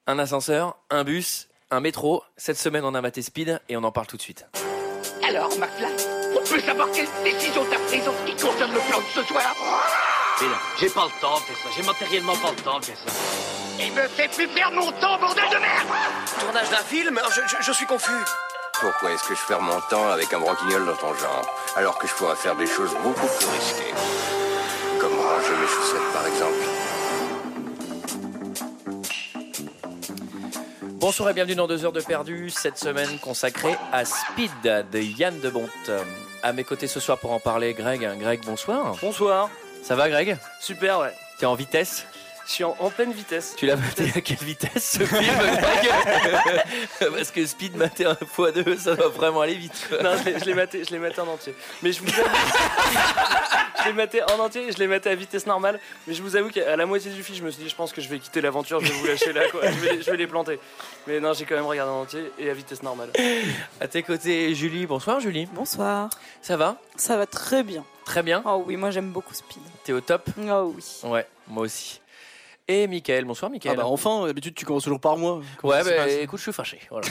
Un ascenseur, un bus, un métro. Cette semaine, on a maté Speed et on en parle tout de suite. Alors, McFly, on peut savoir quelle décision t'as prise en ce qui concerne le plan de ce soir? J'ai pas le temps de faire ça, j'ai matériellement pas le temps de faire ça. Il me fait plus perdre mon temps, bordel de merde! Tournage d'un film? Je suis confus. Pourquoi est-ce que je perds mon temps avec un broquignol dans ton genre, alors que je pourrais faire des choses beaucoup plus risquées? Comme ranger mes chaussettes, par exemple. Bonsoir et bienvenue dans 2 heures de perdu, cette semaine consacrée à Speed de Yann de Bont. À mes côtés ce soir pour en parler, Greg. Greg, bonsoir. Bonsoir. Ça va, Greg? Super, ouais. T'es en vitesse? Je suis en pleine vitesse. Tu l'as maté à quelle vitesse, ce film, Greg? Parce que Speed maté 1x2, ça doit vraiment aller vite, quoi. Non, je l'ai maté en entier. Mais je vous avoue... je l'ai maté en entier et je l'ai maté à vitesse normale. Mais je vous avoue qu'à la moitié du film, je me suis dit, je pense que je vais quitter l'aventure, je vais vous lâcher là, quoi. Je vais les planter. Mais non, j'ai quand même regardé en entier et à vitesse normale. À tes côtés, Julie. Bonsoir, Julie. Bonsoir. Ça va? Ça va très bien. Très bien. Oh oui, moi j'aime beaucoup Speed. T'es au top? Oh oui. Ouais, moi aussi. Et Mickaël, bonsoir Mickaël. Ah bah enfin, d'habitude tu commences toujours par moi. Ouais, bah écoute, je suis fâché. Voilà.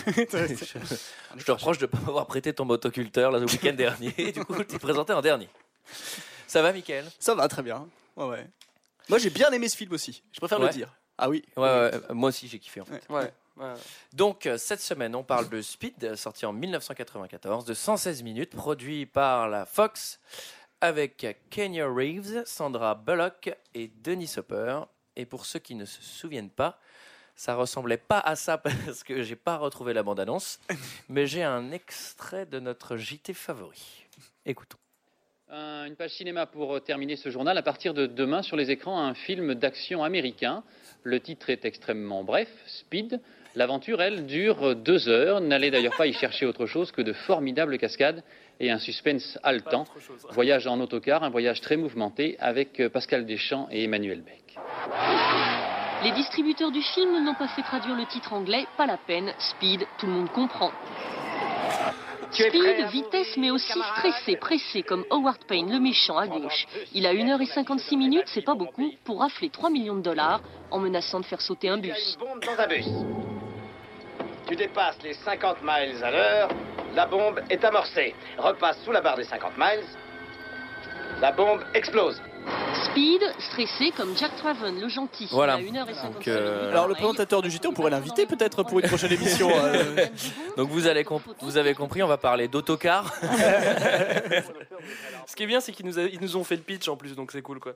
Je te reproche de ne pas m'avoir prêté ton motoculteur le week-end dernier. Et du coup, je t'ai présenté en dernier. Ça va, Mickaël? Ça va très bien. Ouais. Moi j'ai bien aimé ce film aussi. Je préfère le dire. Ah oui. Ouais, moi aussi j'ai kiffé en fait. Ouais. Donc cette semaine, on parle de Speed, sorti en 1994, de 116 minutes, produit par la Fox, avec Keanu Reeves, Sandra Bullock et Dennis Hopper. Et pour ceux qui ne se souviennent pas, ça ressemblait pas à ça parce que j'ai pas retrouvé la bande-annonce, mais j'ai un extrait de notre JT favori. Écoutons. Une page cinéma pour terminer ce journal. À partir de demain, sur les écrans, un film d'action américain. Le titre est extrêmement bref, Speed. L'aventure, elle, dure 2 heures. N'allez d'ailleurs pas y chercher autre chose que de formidables cascades et un suspense haletant. Voyage en autocar, un voyage très mouvementé avec Pascal Deschamps et Emmanuel Beck. Les distributeurs du film n'ont pas fait traduire le titre anglais, pas la peine. Speed, tout le monde comprend. Speed, vitesse, mais aussi stressé, pressé, comme Howard Payne, le méchant à gauche. Il a 1h56 minutes, c'est pas beaucoup, pour rafler 3 millions de dollars en menaçant de faire sauter un bus. Il y a une bombe dans un bus. Tu dépasses les 50 miles à l'heure, la bombe est amorcée. Repasse sous la barre des 50 miles, la bombe explose. Speed, stressé comme Jack Traven, le gentil. Voilà. Il a 1h56 minutes. Alors le présentateur du JT, on pourrait l'inviter peut-être pour une prochaine émission. Donc vous avez compris, on va parler d'autocar. Ce qui est bien, c'est qu'ils nous ont fait le pitch en plus, donc c'est cool, quoi.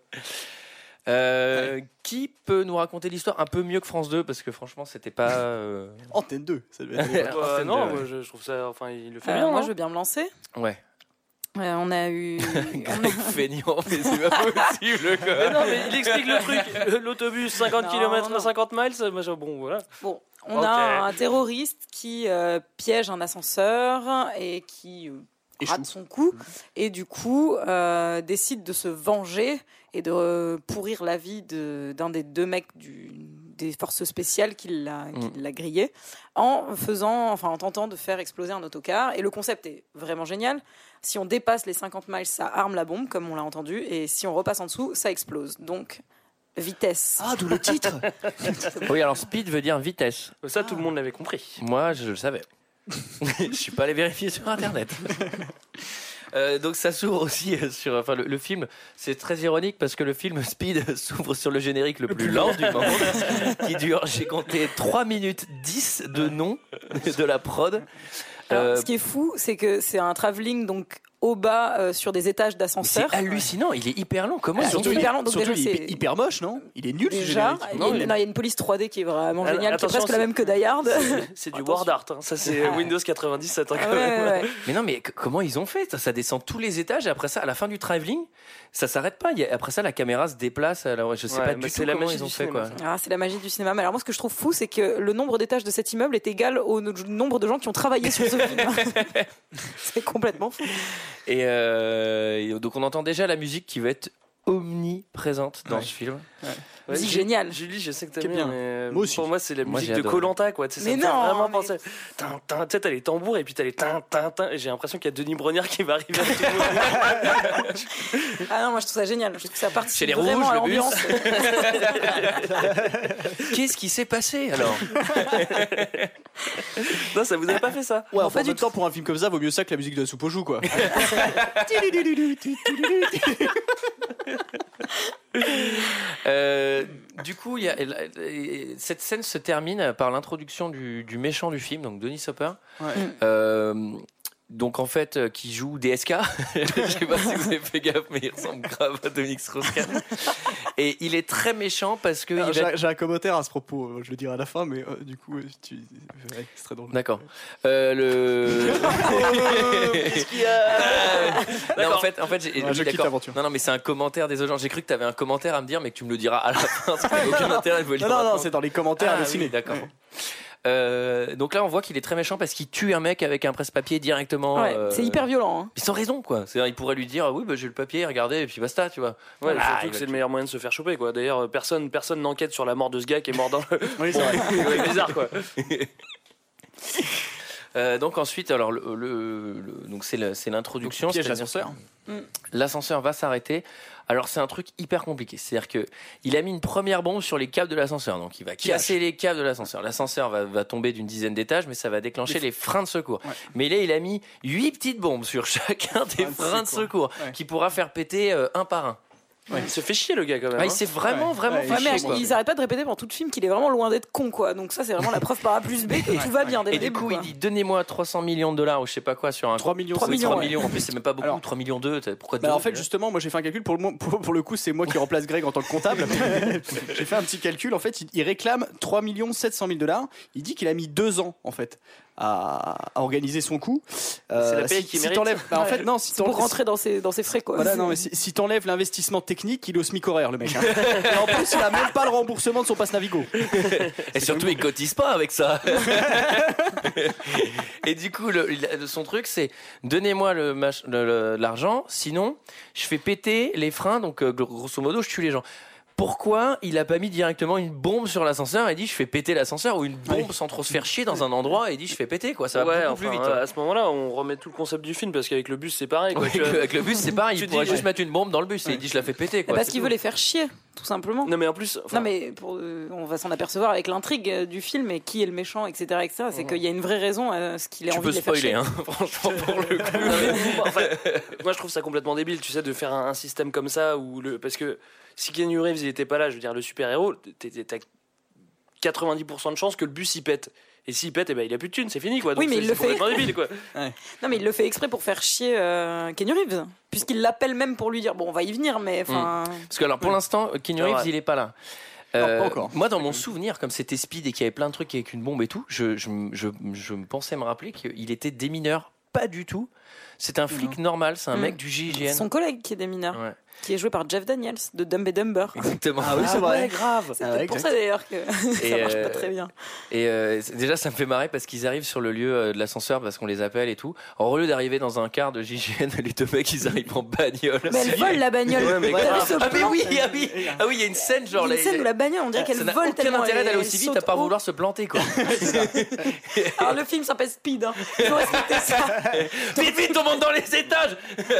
Qui peut nous raconter l'histoire un peu mieux que France 2 parce que franchement c'était pas Antenne 2 ça devait être... non, moi, je trouve ça, enfin il le fait bien. Moi hein. je veux bien me lancer. Ouais. On a eu... Feignant, mais c'est pas possible quoi. Mais non, mais il explique le truc. L'autobus 50 km à 50 miles, bon voilà. Bon, on a un terroriste qui piège un ascenseur et qui rate son coup et du coup décide de se venger et de pourrir la vie d'un des 2 mecs des forces spéciales qui l'a grillé en tentant de faire exploser un autocar. Et le concept est vraiment génial. Si on dépasse les 50 miles, ça arme la bombe, comme on l'a entendu, et si on repasse en dessous, ça explose. Donc, vitesse. Ah, d'où le titre. Oui, alors speed veut dire vitesse. Ça, tout le monde l'avait compris. Moi, je le savais. Je suis pas allé vérifier sur Internet. Donc ça s'ouvre aussi sur... Enfin, le film, c'est très ironique parce que le film Speed s'ouvre sur le générique le plus lent du monde, qui dure, j'ai compté 3 minutes 10 de nom de la prod. Alors, ce qui est fou, c'est que c'est un travelling donc au bas sur des étages d'ascenseur. C'est hallucinant, il est hyper long. Comment il est hyper long, donc déjà, il est hyper moche, non? Il est nul déjà. Il y a une police 3D qui est vraiment géniale, qui est presque la même que Die Hard. C'est du Word Art, hein. Ça c'est Windows 97. Hein, ouais. Mais non, mais comment ils ont fait? Ça descend tous les étages et après ça, à la fin du travelling, ça s'arrête pas. Après ça, la caméra se déplace. Alors, je sais pas du tout comment ils ont fait quoi. C'est la magie du cinéma. Mais alors moi, ce que je trouve fou, c'est que le nombre d'étages de cet immeuble est égal au nombre de gens qui ont travaillé sur ce film. C'est complètement fou. Et donc on entend déjà la musique qui va être omniprésente dans ce film. Ouais, C'est génial. Julie, je sais que t'aimes bien. bien, mais Moi aussi. pour moi, c'est la Moi, musique j'ai de adoré. Koh-Lanta, quoi. Tu sais, ça Mais me fait non, vraiment mais- penser. Tu sais, t'as les tambours et puis t'as les tin. Et j'ai l'impression qu'il y a Denis Brognard qui va arriver à tout le monde. Ah non, moi je trouve ça génial. Je trouve que ça Chez participe les vraiment rouges, à le bus. l'ambiance. Qu'est-ce qui s'est passé alors? Non, ça vous avait pas fait ça? Ouais, Non, enfin, pas en du même temps, pour un film comme ça, vaut mieux ça que la musique de la soupe aux choux, quoi. Du coup, cette scène se termine par l'introduction du méchant du film, donc Denis Hopper. Donc en fait, qui joue DSK. Je sais pas si vous avez fait gaffe, mais il ressemble grave à Dominique Strauss-Kahn. Et il est très méchant parce que... Alors, il va- j'ai un commentaire à ce propos, je le dirai à la fin, mais du coup, ouais, c'est très drôle. D'accord. Qu'est-ce qu'il y a? Non, en fait, j'ai Ouais, je quitte d'accord. l'aventure. Non, mais c'est un commentaire des autres gens. J'ai cru que tu avais un commentaire à me dire, mais que tu me le diras à la fin. Ça n'a aucun intérêt de vous le dire Non, maintenant. c'est dans les commentaires à Ah, dessiner. oui, d'accord. Donc là, on voit qu'il est très méchant parce qu'il tue un mec avec un presse-papier directement. Ouais, c'est hyper violent. Hein. Mais sans raison, quoi. C'est-à-dire, il pourrait lui dire, oui, bah, j'ai le papier, regardez, et puis basta, tu vois. Ouais, Ah, surtout il que va c'est le tuer. meilleur moyen de se faire choper, quoi. D'ailleurs, personne n'enquête sur la mort de ce gars qui est mort dans le. Oui, c'est vrai. C'est bizarre, quoi. Donc ensuite, alors donc c'est l'introduction. Piège c'est-à-dire l'ascenseur. L'ascenseur va s'arrêter. Alors c'est un truc hyper compliqué. C'est-à-dire que il a mis une première bombe sur les câbles de l'ascenseur. Donc il va casser les câbles de l'ascenseur. L'ascenseur va tomber d'une dizaine d'étages, mais ça va déclencher les freins de secours. Ouais. Mais là, il a mis 8 petites bombes sur chacun des freins de secours, Ouais. qui pourra faire péter un par un. Il se fait chier, le gars, quand même. Ah, il hein. s'est vraiment Ouais, fait Ouais, mais chier, quoi. ils arrêtent pas de répéter pendant tout le film qu'il est vraiment loin d'être con, quoi. Donc ça, c'est vraiment la preuve par A plus B que tout va bien dès Et le du début. coup, quoi. il dit donnez-moi 300 millions de dollars ou je sais pas quoi sur un 3 millions. 3 millions, 3 ouais. millions. En plus, c'est même pas beaucoup. Alors- 3 millions 2. Pourquoi Bah, deux, en fait, déjà justement, moi j'ai fait un calcul. Pour le coup, c'est moi qui remplace Greg en tant que comptable. J'ai fait un petit calcul. En fait, il réclame 3 700 000 $. Il dit qu'il a mis 2 ans, en fait, à organiser son coup. C'est la paye qu'il mérite. t'enlèves, bah, en fait, non, si C'est pour t'enlèves, rentrer dans ses frais, quoi. voilà, non, mais si t'enlèves l'investissement technique, il est au SMIC horaire, le mec. Hein. Et en plus, il a même pas le remboursement de son pass Navigo. Et surtout, il cotise pas avec ça. Et du coup, son truc, c'est donnez-moi l'argent, sinon je fais péter les freins. Donc, grosso modo, je tue les gens. Pourquoi il a pas mis directement une bombe sur l'ascenseur et dit je fais péter l'ascenseur, ou une bombe sans trop se faire chier dans un endroit et dit je fais péter, quoi. Ça va Ouais, beaucoup plus enfin, vite. à ce moment-là, on remet tout le concept du film parce qu'avec le bus, c'est pareil. Quoi, Ouais, tu vois. avec le bus, c'est pareil. Tu Il pourrait dis, juste mettre une bombe dans le bus et il dit je la fais péter, quoi. Parce C'est qu'il tout. veut les faire chier, tout simplement. Non, mais en plus. enfin, Non mais on va s'en apercevoir avec l'intrigue du film et qui est le méchant, etc. C'est qu'il y a une vraie raison à ce qu'il ait Tu envie peux de les faire spoiler, chier. hein, franchement, pour le coup. Non, mais, enfin, moi, je trouve ça complètement débile, tu sais, de faire un système comme ça parce que si Keanu Reeves il était pas là, je veux dire, le super-héros, t'as 90% de chances que le bus il pète. Et s'il pète, eh ben, il a plus de thunes, c'est fini, quoi. Donc Oui, mais il le c'est complètement fait. débile, quoi. Non mais il le fait exprès pour faire chier Keanu Reeves, puisqu'il l'appelle même pour lui dire bon on va y venir, mais enfin. Parce que alors pour l'instant, Keanu C'est Reeves vrai. il est pas là. Non, pas encore. Moi, dans mon souvenir, comme c'était Speed et qu'il y avait plein de trucs avec une bombe et tout, je me pensais me rappeler qu'il était démineur. Pas du tout. C'est un flic normal, c'est un mec du GIGN. Son collègue qui est des mineurs, Ouais. qui est joué par Jeff Daniels de Dumb and Dumber. Exactement. Ah oui, c'est vrai. Ouais, grave. C'est Ah peut-être ouais, pour exact. ça d'ailleurs que ça marche pas euh, très bien. Et déjà, ça me fait marrer parce qu'ils arrivent sur le lieu de l'ascenseur parce qu'on les appelle et tout. Alors, au lieu d'arriver dans un car de GIGN, les deux mecs ils arrivent en bagnole. Mais elle vole la bagnole. Ouais, mais T'as vu grave. ce Ah mais plan oui, il y a une scène genre Il y a une scène où la bagnole, on dirait qu'elle ça n'a vole aucun tellement. intérêt d'aller elle aussi vite saute à part haut. vouloir se planter, quoi. Alors le film s'appelle Speed. Hein. Il faut respecter ça. Vite, vite, on monte dans les étages.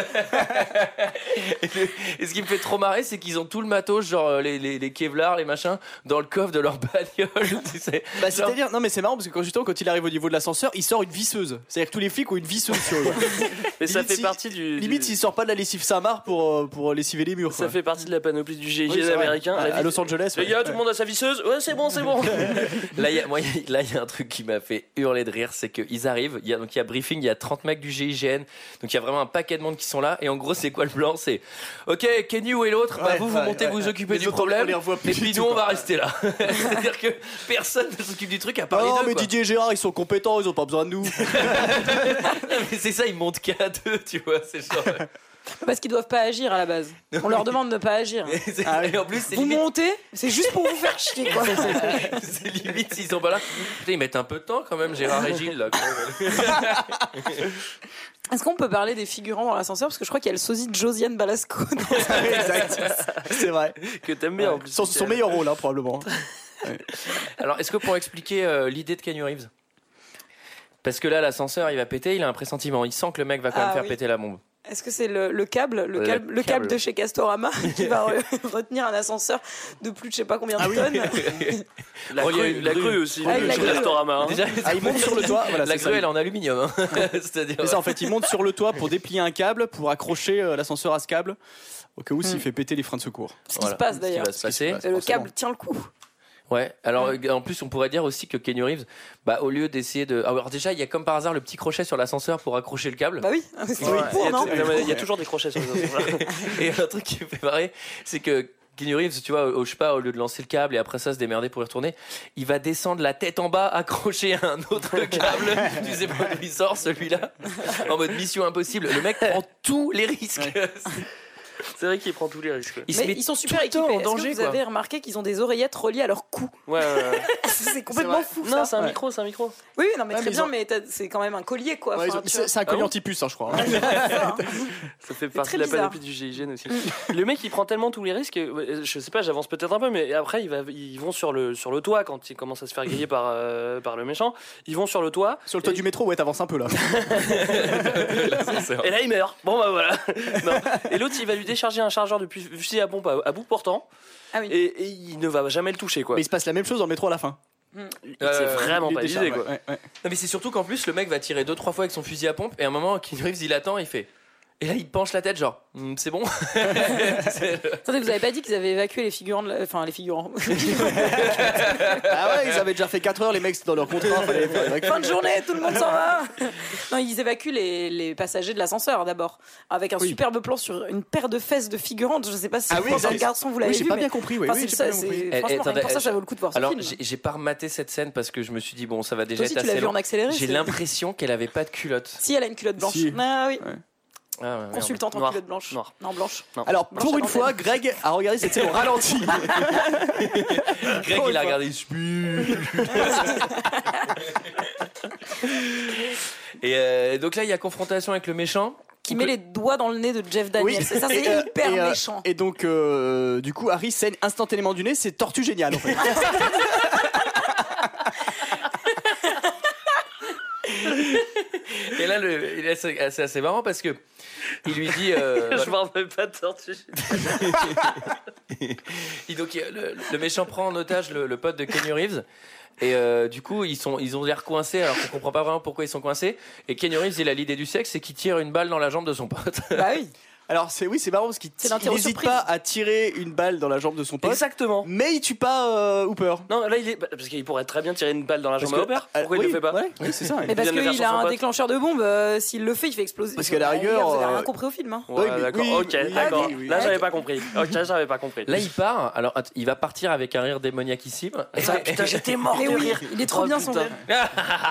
Et ce qui me fait trop marrer, c'est qu'ils ont tout le matos, genre les Kevlar, les machins, dans le coffre de leur bagnole. Tu sais. Bah, Genre- c'est-à-dire, non mais c'est marrant parce que justement quand il arrive au niveau de l'ascenseur, il sort une visseuse. C'est-à-dire que tous les flics ont une visseuse sur eux. Mais ça Limite, fait si- partie du. Limite, s'il sort pas de la lessive Samar pour lessiver les murs. Ça quoi. fait partie de la panoplie du GIGN Oui, c'est vrai. américain. À La vie- Los Angeles. Les ouais. gars, tout le monde a sa visseuse. Ouais, c'est bon, c'est bon. Là, il y a un truc qui m'a fait hurler de rire, c'est qu'ils arrivent, il y a briefing, il y a 30 mecs du GIGN, donc il y a vraiment un paquet de monde qui sont là, et en gros, c'est quoi le plan? C'est, ok, Kenny, où est l'autre? Bah, Ouais, vous ouais, montez, ouais, vous ouais. occupez Les du autres, problème, on les revoit plus et puis du nous, tout, on va quoi. rester là. C'est-à-dire que personne ne s'occupe du truc à part Non les deux, mais quoi. Didier et Gérard ils sont compétents, ils ont pas besoin de nous. Mais c'est ça, ils montent qu'à deux, tu vois, c'est genre... Parce qu'ils doivent pas agir à la base. On leur demande de pas agir. Et en plus, c'est Vous limite, montez, c'est juste pour vous faire chier, quoi. c'est limite s'ils sont pas là. Putain, ils mettent un peu de temps quand même, Gérard et Gilles là. quand même. Est-ce qu'on peut parler des figurants dans l'ascenseur? Parce que je crois qu'il y a le sosie de Josiane Balasco. Exact. C'est vrai. Que t'aimes bien en plus. Son meilleur rôle, hein, probablement. Alors, est-ce que pour expliquer l'idée de Keanu Reeves, parce que là, l'ascenseur, il va péter, il a un pressentiment, il sent que le mec va quand même faire péter la bombe. Est-ce que c'est le câble de chez Castorama qui va retenir un ascenseur de plus de je sais pas combien de tonnes? La grue aussi. Ah, la chez grue. Castorama. Hein. Déjà, Il monte sur le toit. Voilà, la c'est grue, ça. elle est en aluminium. Hein. C'est-à-dire. C'est ça, en fait, il monte sur le toit pour déplier un câble, pour accrocher l'ascenseur à ce câble, au cas où s'il fait péter les freins de secours. Ce qui se passe d'ailleurs. Ce qui va se passer. Et le câble tient le coup. Ouais, alors en plus on pourrait dire aussi que Keanu Reeves, au lieu d'essayer de... Alors déjà il y a comme par hasard le petit crochet sur l'ascenseur pour accrocher le câble. Bah oui, c'est pour, non? Il y a toujours des crochets sur les ascenseurs. Et un truc qui me fait marrer, c'est que Keanu Reeves, tu vois, je sais pas, au lieu de lancer le câble et après ça se démerder pour y retourner, il va descendre la tête en bas, accrocher un autre câble, tu sais pas d'où il sort celui-là, en mode mission impossible. Le mec prend tous les risques. C'est vrai qu'il prend tous les risques. Mais ils sont super équipés. en Est-ce danger, que vous avez remarqué qu'ils ont des oreillettes reliées à leur cou? Ouais. C'est complètement fou. Non, ça. c'est un micro, c'est un micro. Oui, non, mais très mais bien, ils ont- mais c'est quand même un collier, quoi. Ouais, Enfin, c'est un collier anti-puce, hein, je crois. Ça fait partie très de la bizarre. panoplie du GIGN aussi. Le mec, il prend tellement tous les risques. Je sais pas, j'avance peut-être un peu, mais après, ils vont sur le toit quand il commence à se faire griller par le méchant. Ils vont sur le toit. Sur le toit du métro, ouais, t'avances un peu là. Et là, il meurt. Bon, bah voilà. Non. Et l'autre, il va lui décharger un chargeur de fusil à pompe à bout portant. Ah oui. Et il ne va jamais le toucher, quoi. Mais il se passe la même chose dans le métro à la fin. C'est vraiment Il pas décharge, l'idée, quoi. ouais. Non, mais c'est surtout qu'en plus le mec va tirer 2-3 fois avec son fusil à pompe et à un moment Keanu Reeves il attend, il fait... Et là il penche la tête genre c'est bon. Attendez, vous avez pas dit qu'ils avaient évacué les figurants, enfin les figurants. Ah ouais, ils avaient déjà fait 4 heures, les mecs, dans leur contrat. Fallait évacuer. Fin de journée, tout le monde s'en va. Non, ils évacuent les passagers de l'ascenseur d'abord, avec un superbe plan sur une paire de fesses de figurantes. Je sais pas si Ah vous, oui, en tant que oui, garçon, vous l'avez j'ai vu. pas mais- bien compris, oui. Enfin, Oui, c'est j'ai pas ça, bien compris. c'est- franchement, rien que pour ça, ça vaut le coup de voir ce Alors film. j'ai pas rematé cette scène parce que je me suis dit bon ça va déjà Toi aussi, être tu l'as assez vu long. en accéléré. J'ai c'est- l'impression qu'elle avait pas de culotte. Si, elle a une culotte blanche. Si. Ah oui. Ouais. Ah, ouais, merde. Consultante en Noir. culotte blanche. Noir. Non, blanche. Alors, Blanche pour à une fois, l'antenne. Greg a regardé cette scène au ralenti. Greg il a regardé Speed. Et donc là il y a confrontation avec le méchant. Qui met les doigts dans le nez de Jeff Daniels. Oui. C'est ça, c'est hyper méchant. Et donc, du coup, Harry saigne instantanément du nez. C'est tortue géniale, en fait. Et là c'est assez marrant parce que il lui dit Je m'en rappelle pas de tortue. donc le méchant prend en otage le pote de Keanu Reeves. Et du coup ils ont l'air coincés alors qu'on comprend pas vraiment pourquoi ils sont coincés. Et Keanu Reeves il a l'idée du sexe, c'est qu'il tire une balle dans la jambe de son pote. Bah oui. Alors, c'est marrant parce qu'il C'est l'interro n'hésite surprise. pas à tirer une balle dans la jambe de son pote. Exactement. Mais il tue pas Hooper. Non, là, il est. Parce qu'il pourrait très bien tirer une balle dans la Parce jambe à que- Hopper. Pourquoi il oui, le fait pas? ouais, oui, c'est ça. Mais parce vient de le faire qu'il sur a son un pote. déclencheur de bombe, s'il le fait, il fait exploser. Parce qu'à la Les gars, rigueur, vous avez rien compris au film. Hein. Ouais, Oui, d'accord. oui, Ok, oui, d'accord. oui, oui. Là, j'avais pas compris. Ok, j'avais pas compris. Là il part, alors il va partir avec un rire démoniaquissime. Putain, j'étais mort Mais de oui, rire. il est trop Oh, bien son putain. rire.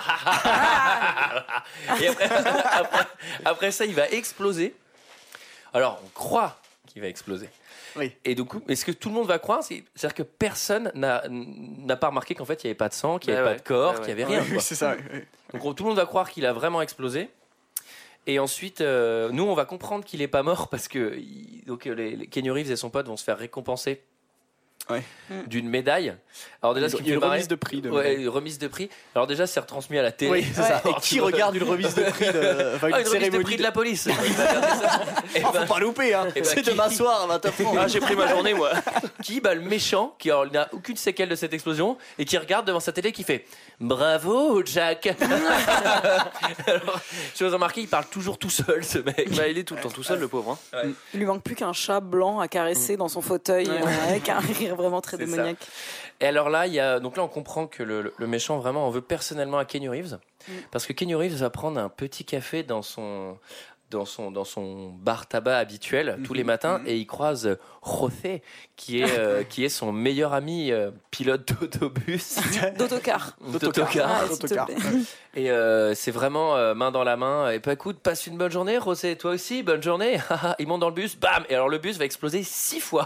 Et après ça il va exploser. Alors on croit qu'il va exploser. Oui. Et du coup, est-ce que tout le monde va croire? C'est-à-dire que personne n'a pas remarqué qu'en fait il n'y avait pas de sang, qu'il n'y avait Ouais, pas de corps, ouais, qu'il n'y avait Oui, rien. oui, quoi. c'est ça. Oui. Donc tout le monde va croire qu'il a vraiment explosé. Et ensuite, nous on va comprendre qu'il est pas mort parce que les Keanu Reeves et son pote vont se faire récompenser Ouais. d'une médaille. Alors déjà, ce qui me Il y a fait une marrer- remise de prix. Ouais, une remise de prix. Alors déjà, c'est retransmis à la télé. Oui, c'est ça. Et qui regarde une remise de prix de... Enfin, Ah, une une remise de cérémonie prix de la police. Qui va regarder ça Et Oh, ben, faut pas louper, hein. Eh ben, C'est qui- demain soir à 20h30. Ah, j'ai pris ma journée, moi. le méchant, qui alors, il n'a aucune séquelle de cette explosion, et qui regarde devant sa télé, qui fait bravo, Jack. Alors, je vous ai remarqué, il parle toujours tout seul, ce mec. Bah, il est tout le temps tout seul, le pauvre. Hein. Il lui manque plus qu'un chat blanc à caresser dans son fauteuil avec un rire vraiment très C'est ça. démoniaque. Et alors là, donc là, on comprend que le méchant vraiment en veut personnellement à Keanu Reeves, parce que Keanu Reeves va prendre un petit café dans dans son bar tabac habituel tous les matins et il croise José qui est son meilleur ami pilote d'autobus. D'autocar. D'autocar. s'il te plaît. Et c'est vraiment main dans la main. Et bah écoute, passe une bonne journée, José. Toi aussi, bonne journée. Il monte dans le bus, bam. Et alors le bus va exploser 6 fois.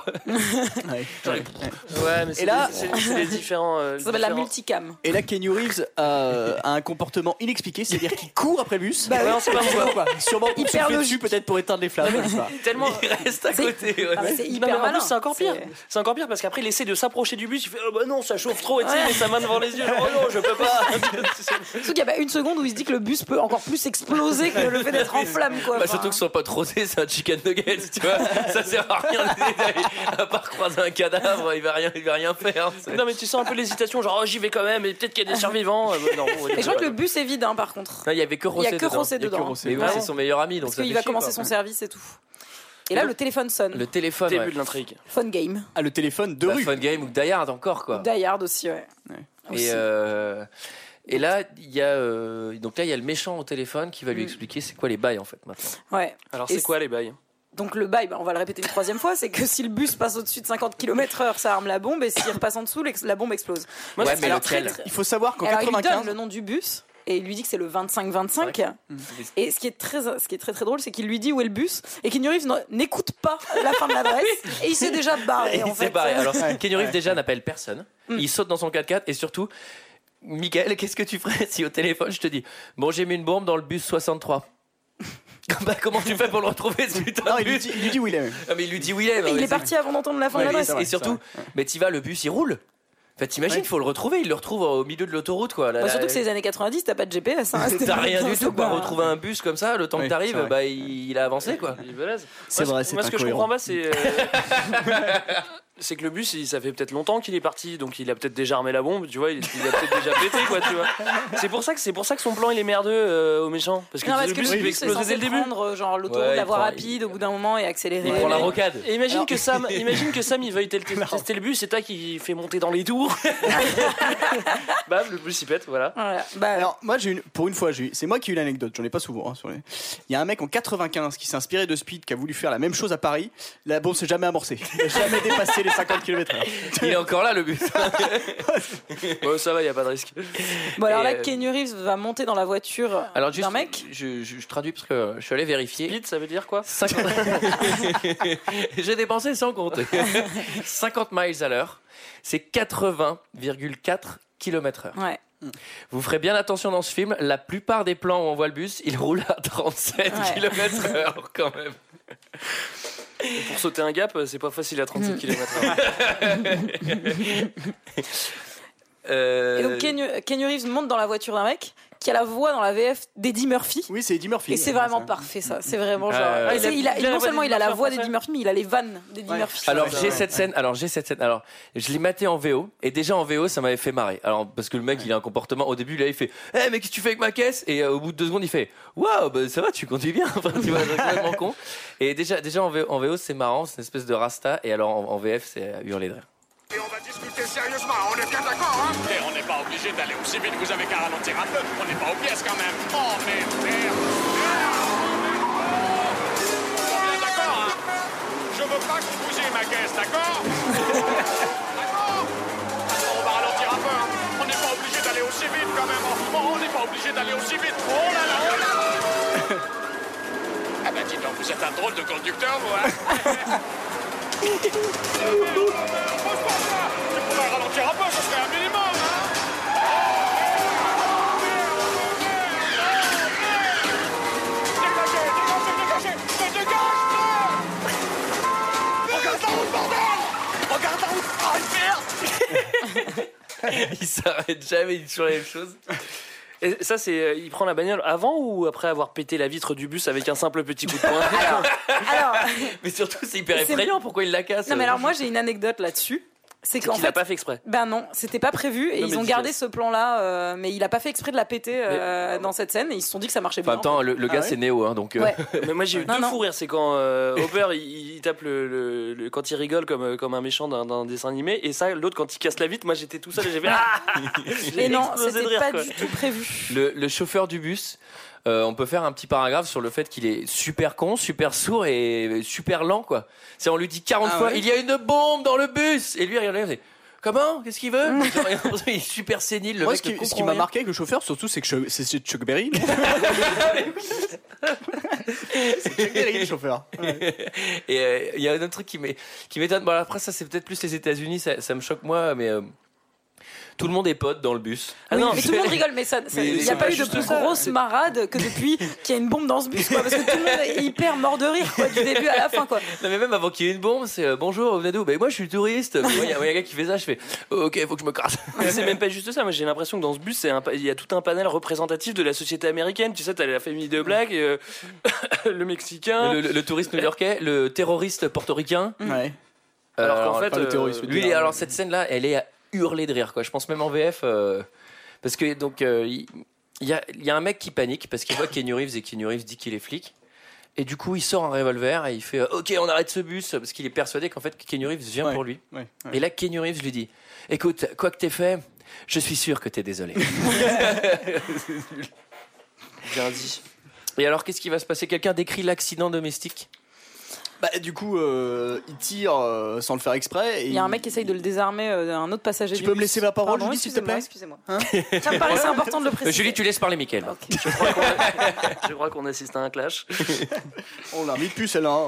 Ouais, mais c'est les différents. Ça s'appelle la multicam. Et là, Keanu Reeves a un comportement inexpliqué, c'est-à-dire qu'il court après le bus. Bah oui. Non, c'est pas moi. Sûrement pour Hyper souffler logique. dessus, peut-être pour éteindre les flammes. je sais pas. Tellement. Il reste à côté. Ouais. Ah, mais c'est Non, hyper mais en malin. plus, c'est encore pire. C'est encore pire parce qu'après, il essaie de s'approcher du bus. Il fait oh bah non, ça chauffe trop. Et tu sais, il met sa main devant les yeux. Genre, oh non, je peux pas. Surtout qu'il y a pas une seconde où il se dit que le bus peut encore plus exploser que le fait d'être en flamme, quoi. Bah, surtout que son pote Rosé, c'est un chicken nugget, tu vois. Ça sert à rien à part croiser un cadavre, il va rien faire. Non, mais tu sens un peu l'hésitation. Genre, oh, j'y vais quand même. Et peut-être qu'il y a des survivants. Non, Et je crois que le bus est vide, hein, par contre. Non, il y avait que Rosé Il y a que dedans. Rosé dedans. Mais oui, c'est son meilleur ami, donc Parce ça qu'il fait va chier, commencer quoi. son service et tout. Et là, le téléphone sonne. Le téléphone, Début ouais. de l'intrigue. Phone game. Ah, le téléphone de Bah, rue. Fun Game ou Die Hard encore, quoi. Die Hard aussi, ouais. Aussi. Et là, il y a donc là il y a le méchant au téléphone qui va lui expliquer c'est quoi les bails en fait maintenant. Ouais. Alors, Et c'est quoi les bails? Donc le bail, on va le répéter une troisième fois, c'est que si le bus passe au-dessus de 50 km/h, ça arme la bombe, et s'il repasse en dessous, la bombe explose. Ouais, mais Alors, lequel Il faut savoir qu'en Alors il lui 95. donne le nom du bus et il lui dit que c'est le 2525. Et ce qui est très drôle, c'est qu'il lui dit où est le bus et Keanu Reeves n'écoute pas la fin de l'adresse et il s'est déjà barré. Il en s'est fait. barré. Alors Keanu Reeves déjà n'appelle personne. Il saute dans son 4x4 et surtout, Michael, qu'est-ce que tu ferais si au téléphone je te dis bon j'ai mis une bombe dans le bus 63. Bah, comment tu fais pour le retrouver ce putain Non, de il lui bus dit, il lui dit où il est. Ah, mais il lui dit où il est. Il est parti avant d'entendre la fin de l'adresse. Et surtout, mais t'y vas, le bus il roule. En fait, t'imagines, il faut le retrouver. Il le retrouve au milieu de l'autoroute, quoi. Là, Surtout que c'est les années 90, t'as pas de GPS. Hein, t'as rien du tout. Bah, retrouver un bus comme ça, le temps que Oui, t'arrives, c'est vrai. bah, il a avancé, quoi. Il est balèze. C'est vrai, c'est Moi, ce que je incohérent. comprends pas, c'est. C'est que le bus, ça fait peut-être longtemps qu'il est parti, donc il a peut-être déjà armé la bombe, tu vois, il a peut-être déjà pété, quoi, tu vois. C'est pour ça que son plan il est merdeux au méchant, parce que Non, le parce que bus le peut bus c'est exploser dès censé le début. prendre genre l'autoroute, Ouais, la voie il prend- rapide au bout d'un moment et accélérer. Il prend la rocade. Et imagine Alors- que Sam il veuille tester le bus, c'est toi qui fait monter dans les tours. Bam, le bus il pète, voilà. Voilà. Bah, Alors, moi, pour une fois, c'est moi qui ai eu l'anecdote, j'en ai pas souvent. Hein, Il y a un mec en 95 qui s'est inspiré de Speed, qui a voulu faire la même chose à Paris. La bombe s'est jamais amorcée. Il n'a jamais dépassé les 50 km/h. Il est encore là, le bus. Bon, ça va, y a pas de risque. bon, alors Et, là, Keanu Reeves va monter dans la voiture Alors, juste, d'un mec. je traduis parce que je suis allé vérifier. Speed, ça veut dire quoi? 50... J'ai dépensé sans compter. 50 miles à l'heure, c'est 80,4 km/h. Ouais. Vous ferez bien attention dans ce film, la plupart des plans où on voit le bus, il roule à 37 Ouais. km/h quand même. Et pour sauter un gap, c'est pas facile à 37 km/h. Et donc Keanu Reeves monte dans la voiture d'un mec qui a la voix dans la VF d'Eddie Murphy. Oui, c'est Eddie Murphy. Et c'est vraiment parfait, ça. C'est vraiment genre. Ouais. Non seulement il a la voix d'Eddie d'Eddie Murphy, mais il a les vannes d'Eddie Ouais. Murphy. Alors Ouais, j'ai ouais. cette scène. Alors je l'ai maté en VO et déjà en VO ça m'avait fait marrer. Alors parce que le mec il a un comportement. Au début là il fait mais qu'est-ce que tu fais avec ma caisse et au bout de 2 secondes il fait waouh bah ça va tu conduis bien. Enfin tu vois c'est complètement con. Et déjà en VO c'est marrant, c'est une espèce de rasta et alors en VF c'est à hurler de rire. Et on va discuter sérieusement, on est bien d'accord, hein? Et on n'est pas obligé d'aller aussi vite, vous avez qu'à ralentir un peu. On n'est pas aux pièces quand même. Oh merde. On est bien d'accord, hein? Je veux pas que vous bougiez ma caisse, d'accord? D'accord? Alors, on va ralentir un peu, hein? On n'est pas obligé d'aller aussi vite quand même. On n'est pas obligé d'aller aussi vite. Oh là là, oh là là! Ah ben dis donc, vous êtes un drôle de conducteur, vous, hein? Tu pourrais ralentir un peu, ce serait un minimum, hein? Dégagez, mais dégage! Regarde la route, bordel! Regarde la route! Oh, merde! Il s'arrête jamais, il dit toujours la même chose. Et ça, c'est. Il prend la bagnole avant ou après avoir pété la vitre du bus avec un simple petit coup de poing? Alors, Mais surtout c'est hyper C'est- effrayant pourquoi il la casse. non mais alors moi j'ai une anecdote là-dessus. C'est qu'en Il l'a fait, pas fait exprès. ben non, c'était pas prévu et Non, ils mais ont dis- gardé ce plan-là, mais il a pas fait exprès de la péter dans cette scène et ils se sont dit que ça marchait Enfin, en bien. même temps le gars ouais c'est Néo hein, donc. Ouais. Mais moi j'ai eu Non, deux non. fous rires, c'est quand Hopper il tape quand il rigole comme un méchant d'un dessin animé, et ça l'autre quand il casse la vitre, moi j'étais tout seul et j'ai fait ah. Et non, explosé de c'était rire, pas quoi. du tout prévu. Le chauffeur du bus on peut faire un petit paragraphe sur le fait qu'il est super con, super sourd et super lent, quoi. C'est on lui dit 40 fois, il y a une bombe dans le bus, et lui il regarde, comment ? Qu'est-ce qu'il veut ? Il est super sénile. Moi, ce qui m'a marqué avec le chauffeur, surtout, c'est que c'est Chuck Berry. C'est Chuck Berry, le chauffeur. Ouais. Et il y a un autre truc qui m'étonne. Bon, après, ça, c'est peut-être plus les États-Unis, ça me choque moi, mais. Tout le monde est pote dans le bus. Oui, mais tout le monde rigole, mais il n'y a pas eu de plus grosse marade que depuis qu'il y a une bombe dans ce bus, quoi, parce que tout le monde est hyper mort de rire, quoi, du début à la fin, quoi. Non, mais même avant qu'il y ait une bombe, c'est bonjour, vous venez d'où ? Ben moi je suis touriste. Il y a un gars qui fait ça, je fais ok, faut que je me crasse. C'est même pas juste ça, moi j'ai l'impression que dans ce bus, il y a tout un panel représentatif de la société américaine. Tu sais, t'as la famille de Black, le Mexicain, le touriste new-yorkais, le terroriste portoricain. Ouais. Alors qu'en fait, le terroriste, lui, alors cette scène-là, elle est hurler de rire, quoi. Je pense même en VF parce que donc il y a un mec qui panique parce qu'il voit Keanu Reeves et Keanu Reeves dit qu'il est flic et du coup il sort un revolver et il fait ok, on arrête ce bus parce qu'il est persuadé qu'en fait Keanu Reeves vient pour lui. Et là Keanu Reeves lui dit écoute, quoi que t'aies fait, je suis sûr que t'es désolé. Bien dit. Et alors qu'est-ce qui va se passer ? Quelqu'un décrit l'accident domestique. Bah, du coup, il tire sans le faire exprès. Il y a un mec qui essaye de le désarmer, un autre passager. Tu peux me laisser la parole, Julie, s'il te plaît ? Excusez-moi. Ça me paraissait important de le préciser. Julie, tu laisses parler Mickaël. Okay. Je crois qu'on assiste à un clash. On l'a mis de plus, celle-là.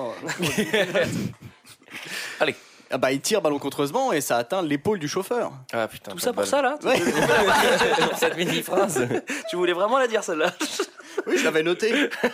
Allez. Ah bah, il tire malencontreusement et ça atteint l'épaule du chauffeur. Ah putain. Tout ça pour ça, là ? Ouais. Cette mini-phrase. Tu voulais vraiment la dire, celle-là ? Oui, je l'avais noté.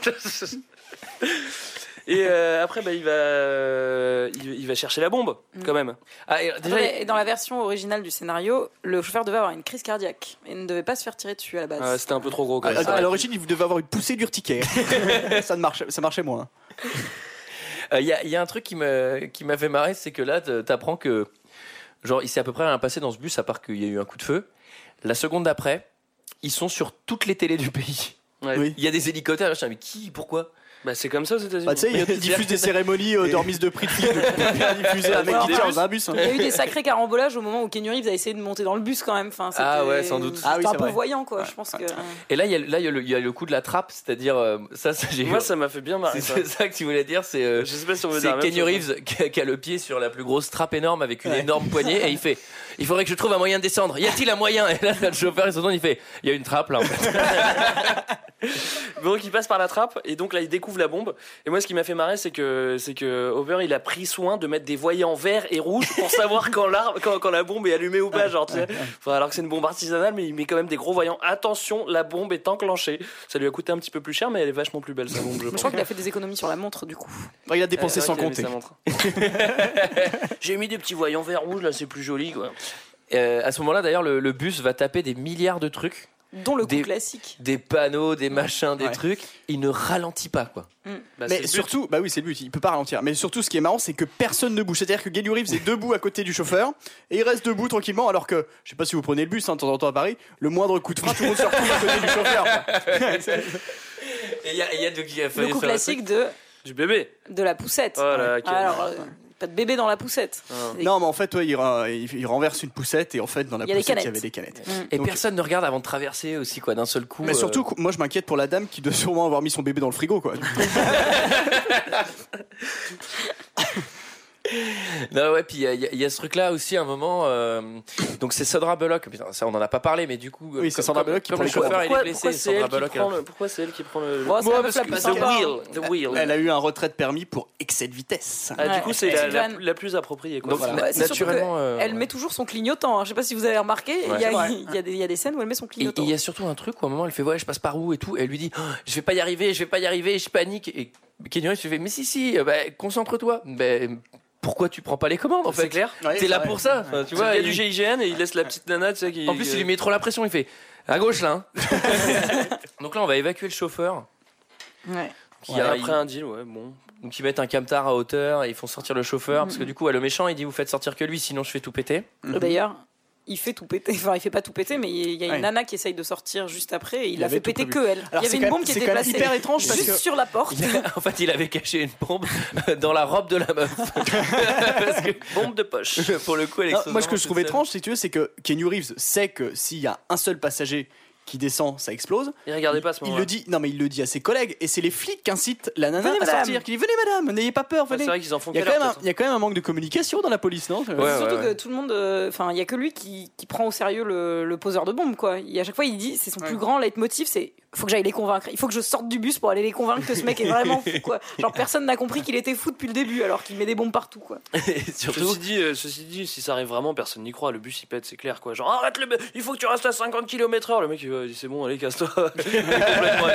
Et après, bah, il va chercher la bombe, quand même. Ah, et dans la version originale du scénario, le chauffeur devait avoir une crise cardiaque et ne devait pas se faire tirer dessus à la base. Ah, c'était un peu trop gros, quand même. À l'origine, il devait avoir une poussée d'urticaire. ça marchait moins. Il y a un truc qui m'a fait marrer, c'est que là, t'apprends que genre il s'est à peu près rien passé dans ce bus à part qu'il y a eu un coup de feu. La seconde d'après, ils sont sur toutes les télés du pays. Ouais. Oui. Il y a des hélicoptères, là, mais qui, pourquoi ? Bah, c'est comme ça aux États-Unis. Bah, tu sais, ils diffusent des cérémonies de remise de prix de film diffusées avec qui tire dans un bus. Il y a eu des sacrés carambolages au moment où Keanu Reeves a essayé de monter dans le bus quand même. Enfin, ah ouais, sans doute. C'était un peu voyant, quoi. Je pense que. Et là, il y a le coup de la trappe, c'est-à-dire moi, ça m'a fait bien marrer. C'est ça que tu voulais dire, c'est. Je sais pas si on veut dire. C'est Keanu Reeves qui a le pied sur la plus grosse trappe énorme avec une énorme poignée et il fait. Il faudrait que je trouve un moyen de descendre. Y a-t-il un moyen ? Et là, le chauffeur, il se retourne, il fait. Il y a une trappe là. En fait. Donc il passe par la trappe et donc là il découvre la bombe. Et moi ce qui m'a fait marrer c'est que Over il a pris soin de mettre des voyants verts et rouges pour savoir quand la bombe est allumée ou pas. Genre, tu sais, alors que c'est une bombe artisanale, mais il met quand même des gros voyants. Attention, la bombe est enclenchée. Ça lui a coûté un petit peu plus cher, mais elle est vachement plus belle sa bombe. Je crois qu'il a fait des économies sur la montre du coup. Il a dépensé sans compter. J'ai mis des petits voyants verts rouges là, c'est plus joli quoi. À ce moment-là d'ailleurs le bus va taper des milliards de trucs. Dont le coup classique. Des panneaux, des machins, des trucs. Il ne ralentit pas, quoi. Bah, mais surtout, bah oui, c'est le but, il peut pas ralentir. Mais surtout, ce qui est marrant, c'est que personne ne bouge. C'est-à-dire que Keanu Reeves est debout à côté du chauffeur et il reste debout tranquillement. Alors que, je sais pas si vous prenez le bus, de temps en temps à Paris, le moindre coup de frein, tout le monde se retrouve à côté du chauffeur. Et il y a le coup classique du bébé. De la poussette. Voilà, alors, pas de bébé dans la poussette. Non, mais en fait, il renverse une poussette et en fait, dans la poussette, il y avait des canettes. Et donc, personne ne regarde avant de traverser aussi, quoi, d'un seul coup. Mais surtout, moi, je m'inquiète pour la dame qui doit sûrement avoir mis son bébé dans le frigo, quoi. Non, ouais, puis il y a ce truc-là aussi, à un moment. Donc c'est Sandra Bullock. Putain, ça, on en a pas parlé, mais du coup. Oui, c'est Sandra Bullock qui prend le chauffeur, il est blessé. Pourquoi c'est elle qui prend le. Bon, The wheel. Elle a eu un retrait de permis pour excès de vitesse. Du coup, c'est la plus appropriée. Quoi. Donc, voilà. naturellement. Elle met toujours son clignotant. Je sais pas si vous avez remarqué. Il y a des scènes où elle met son clignotant. Et il y a surtout un truc où à un moment, elle fait ouais, je passe par où et tout. Et elle lui dit je vais pas y arriver, je panique. Et Keanu Reeves fait mais si, concentre-toi. Pourquoi tu prends pas les commandes en fait ? C'est clair. T'es là pour ça. Enfin, tu vois, il y a du GIGN et il laisse la petite nana, tu sais, qui. En plus, il lui met trop la pression. Il fait à gauche là. Donc là, on va évacuer le chauffeur. Ouais. Après un deal, ouais, bon. Donc ils mettent un camtar à hauteur et ils font sortir le chauffeur parce que du coup, le méchant, il dit vous faites sortir que lui, sinon je fais tout péter. D'ailleurs. Il fait tout péter, enfin il fait pas tout péter, mais il y a une nana qui essaye de sortir juste après et il a fait péter que elle. Alors, il y avait une bombe qui était placée hyper étrange parce juste sur la porte. En fait, il avait caché une bombe dans la robe de la meuf. Parce que, bombe de poche. Pour le coup, moi, ce que je trouve étrange, si tu veux, c'est que Keanu Reeves sait que s'il y a un seul passager qui descend, ça explose. Il regardait pas à ce Il moment-là. le dit, non mais il le dit à ses collègues et c'est les flics qui incitent la nana Venez, à madame. sortir. Qui dit venez madame, n'ayez pas peur, venez. C'est vrai qu'ils en font Il y a qu'à quand leur même, il y a quand même un manque de communication dans la police, non Ouais, Surtout ouais. que tout le monde, enfin, il y a que lui qui prend au sérieux le poseur de bombes, quoi. À chaque fois, il dit, c'est son plus grand leitmotiv, c'est faut que j'aille les convaincre. Il faut que je sorte du bus pour aller les convaincre que ce mec est vraiment fou, quoi. Genre personne n'a compris qu'il était fou depuis le début, alors qu'il met des bombes partout, quoi. Et surtout, Ceci dit, si ça arrive vraiment, personne n'y croit. Le bus il pète, c'est clair quoi. Genre arrête il faut que tu restes à 50 km/h. Le mec il dit c'est bon, allez casse-toi. Il est complètement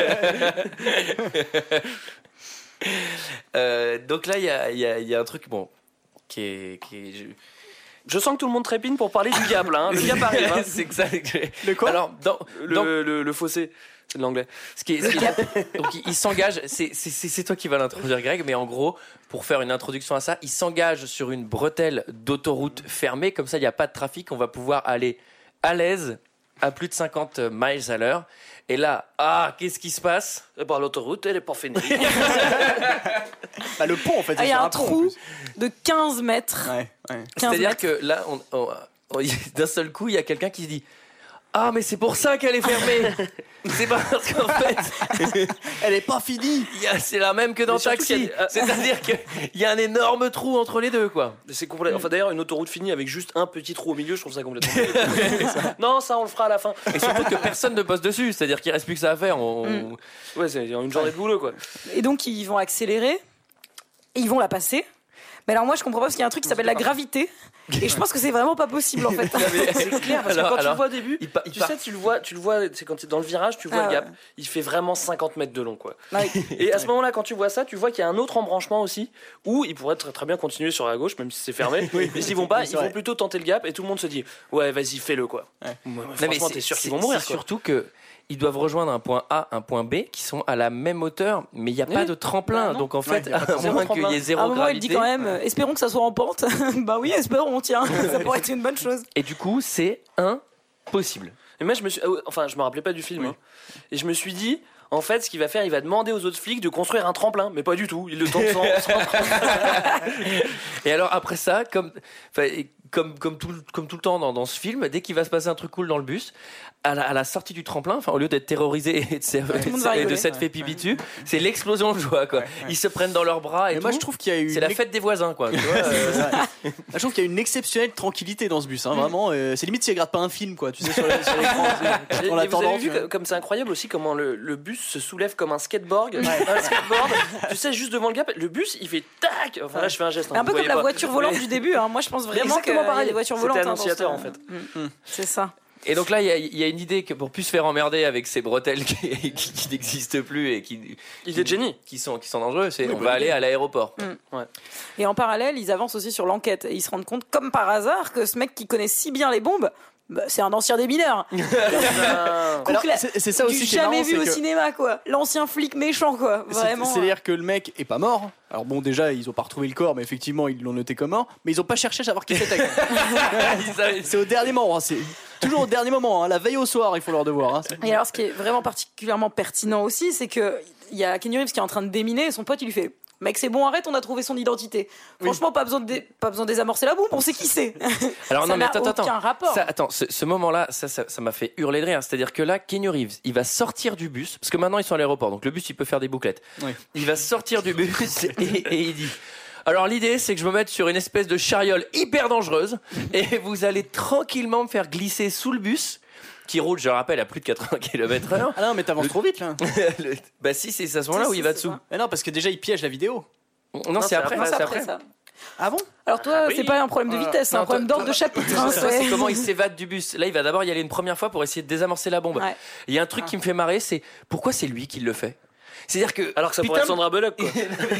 allumé. donc là, il y a un truc bon qui est Je sens que tout le monde trépigne pour parler du Gap là. Hein. Le Gap arrive. Hein. c'est exact. Le quoi? Alors Le fossé, c'est de l'anglais. Donc il s'engage, c'est toi qui vas l'introduire Greg, mais en gros, pour faire une introduction à ça, il s'engage sur une bretelle d'autoroute fermée, comme ça il n'y a pas de trafic, on va pouvoir aller à l'aise à plus de 50 miles à l'heure. Et là, qu'est-ce qui se passe? L'autoroute, elle est pas finie. Bah, le pont en fait. Il y a un trou de 15 mètres. Ouais. 15 C'est-à-dire mètres. que là, d'un seul coup, il y a quelqu'un qui se dit ah, mais c'est pour ça qu'elle est fermée. C'est parce qu'en fait, elle est pas finie. C'est la même que dans Taxi. C'est-à-dire qu'il y a un énorme trou entre les deux, quoi. C'est complet. Enfin, d'ailleurs, une autoroute finie avec juste un petit trou au milieu, je trouve ça complètement. Non, ça, on le fera à la fin. Et surtout que personne ne bosse dessus. C'est-à-dire qu'il reste plus que ça à faire. Ouais, c'est une journée de boulot, quoi. Et donc, ils vont accélérer et ils vont la passer. Mais alors, moi, je comprends pas parce qu'il y a un truc qui s'appelle la gravité. Et je pense que c'est vraiment pas possible en fait. C'est clair parce que quand tu le vois au début, tu le vois, c'est quand tu es dans le virage, tu vois le Gap, il fait vraiment 50 mètres de long quoi. Ouais. Et à ce moment-là, quand tu vois ça, tu vois qu'il y a un autre embranchement aussi où ils pourraient très bien continuer sur la gauche, même si c'est fermé. Mais s'ils vont pas, ils vont plutôt tenter le Gap et tout le monde se dit ouais, vas-y, fais-le quoi. Franchement, t'es sûr qu'ils vont mourir. C'est surtout que ils doivent rejoindre un point A, un point B qui sont à la même hauteur, mais il n'y a pas de tremplin. Donc en fait, à moins qu'il y ait zéro à un moment, gravité. il dit quand même espérons que ça soit en pente. Bah oui, espérons, tiens. Ça pourrait être une bonne chose. Et du coup, c'est impossible. Et moi, je me rappelais pas du film. Hein. Et je me suis dit, en fait, ce qu'il va faire, il va demander aux autres flics de construire un tremplin. Mais pas du tout. Il le tente sans Et alors, après ça, comme tout le temps dans ce film, dès qu'il va se passer un truc cool dans le bus, à la sortie du tremplin, au lieu d'être terrorisé et de s'être fait pipi dessus, c'est l'explosion de joie, quoi. Ils se prennent dans leurs bras et moi, je trouve qu'il y a eu c'est la fête des voisins, quoi. Tu vois, je trouve qu'il y a une exceptionnelle tranquillité dans ce bus, hein, vraiment. C'est limite s'il regarde pas un film, quoi. Tu sais, sur l'écran. On Vous attend. avez vu comme c'est incroyable aussi comment le bus se soulève comme un skateboard. Tu sais, juste devant le Gap, le bus il fait tac. Enfin là, je fais un geste. Un peu comme la voiture volante du début. Hein. Moi, je pense vraiment qu'il y a des voitures volantes. C'était annonciateur en fait. C'est ça. Et donc là, il y a une idée que pour plus se faire emmerder avec ces bretelles qui n'existent plus et idée de génie, qui sont dangereux, c'est on va aller à l'aéroport. Ouais. Et en parallèle, ils avancent aussi sur l'enquête et ils se rendent compte, comme par hasard, que ce mec qui connaît si bien les bombes, c'est un ancien des mineurs. Alors, c'est ça aussi qui est jamais marrant, vu c'est au que cinéma, quoi. L'ancien flic méchant, quoi. Vraiment. C'est-à-dire que le mec est pas mort. Alors bon, déjà, ils ont pas retrouvé le corps, mais effectivement, ils l'ont noté comme mort. Mais ils ont pas cherché à savoir qui c'était. C'est au dernier moment. Hein. C'est toujours au dernier moment. Hein. La veille au soir, ils font leur devoir. Hein. Et alors, ce qui est vraiment particulièrement pertinent aussi, c'est que il y a Keanu Reeves qui est en train de déminer et son pote, il lui fait. Mec, c'est bon, arrête, on a trouvé son identité. Franchement, pas besoin de désamorcer la bombe, on sait qui c'est. Alors non, mais attends. Aucun rapport. Ce moment-là, ça m'a fait hurler de rire. C'est-à-dire que là, Keanu Reeves, il va sortir du bus, parce que maintenant ils sont à l'aéroport, donc le bus, il peut faire des bouclettes. Oui. Il va sortir du bus et il dit. Alors l'idée, c'est que je me mette sur une espèce de chariole hyper dangereuse et vous allez tranquillement me faire glisser sous le bus. Qui roule, je le rappelle, à plus de 80 km/h. Ah non, mais t'avances trop vite là. Bah si, c'est à ce moment-là où il va dessous. Mais non, parce que déjà il piège la vidéo. Non, c'est après. C'est après ça. Ah bon? Alors toi, c'est pas un problème de vitesse, c'est un problème d'ordre de chapitre. C'est comment il s'évade du bus. Là, il va d'abord y aller une première fois pour essayer de désamorcer la bombe. Il y a un truc qui me fait marrer, c'est pourquoi c'est lui qui le fait. C'est-à-dire que alors que ça pourrait être Sandra Bullock quoi.